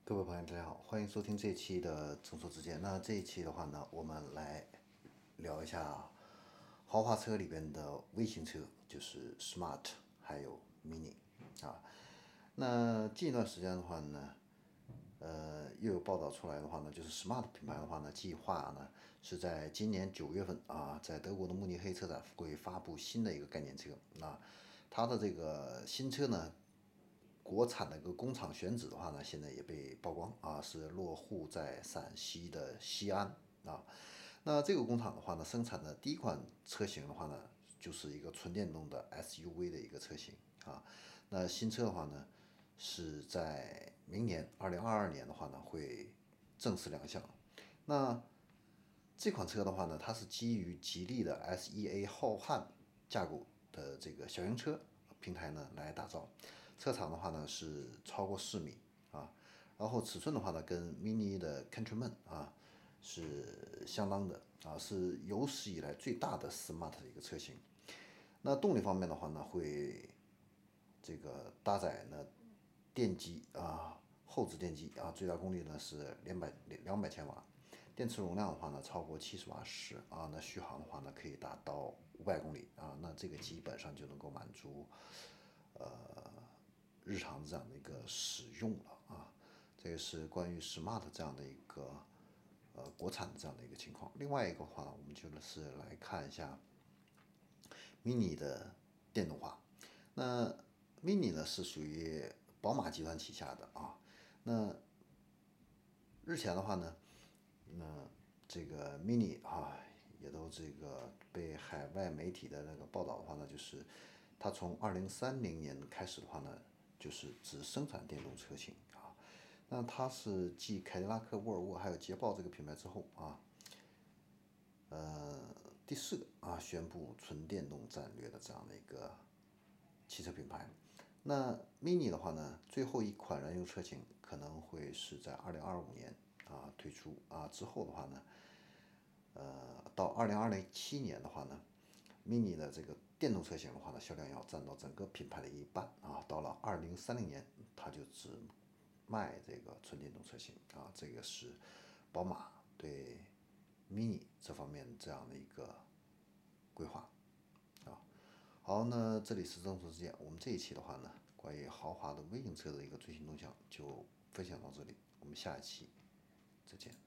各位朋友，大家好，欢迎收听这一期的众说之见。那这一期的话呢，我们来聊一下豪华车里边的微型车，就是 Smart 还有 Mini 啊。那近一段时间的话呢，又有报道出来的话呢，就是 Smart 品牌的话呢，计划呢是在今年9月份啊，在德国的慕尼黑车展会发布新的一个概念车啊。它的这个新车呢，国产的一个工厂选址的话呢，现在也被曝光啊，是落户在陕西的西安啊。那这个工厂的话呢，生产的第一款车型的话呢，就是一个纯电动的 SUV 的一个车型啊。那新车的话呢，是在明年2022年的话呢，会正式亮相。那这款车的话呢，它是基于吉利的 SEA 浩瀚架构的这个小型车平台呢来打造。车长的话呢是超过4米啊，然后尺寸的话呢跟 Mini 的 Countryman 啊是相当的啊，是有史以来最大的 Smart 的一个车型。那动力方面的话呢，会这个搭载呢电机啊，后置电机啊，最大功率呢是200千瓦，电池容量的话呢超过70瓦时啊，那续航的话呢可以达到500公里啊，那这个基本上就能够满足日常这样的一个使用了啊。这个是关于 Smart 这样的一个国产的这样的一个情况。另外一个话，我们就是来看一下 Mini 的电动化。那 Mini 呢是属于宝马集团旗下的啊。那日前的话呢，那这个 Mini 啊也都这个被海外媒体的那个报道的话呢，就是它从2030年开始的话呢，就是只生产电动车型啊。那它是继凯迪拉克、沃尔沃还有捷豹这个品牌之后啊，第4个啊宣布纯电动战略的这样的一个汽车品牌。那 Mini 的话呢，最后一款燃油车型可能会是在2025年啊推出啊，之后的话呢，到2027年的话呢，Mini 的这个电动车型的话呢，销量要占到整个品牌的一半啊。到了2030年，它就只卖这个纯电动车型啊。这个是宝马对 Mini 这方面这样的一个规划啊。好，那这里是众说之见，我们这一期的话呢，关于豪华的微型车的一个最新动向就分享到这里，我们下一期再见。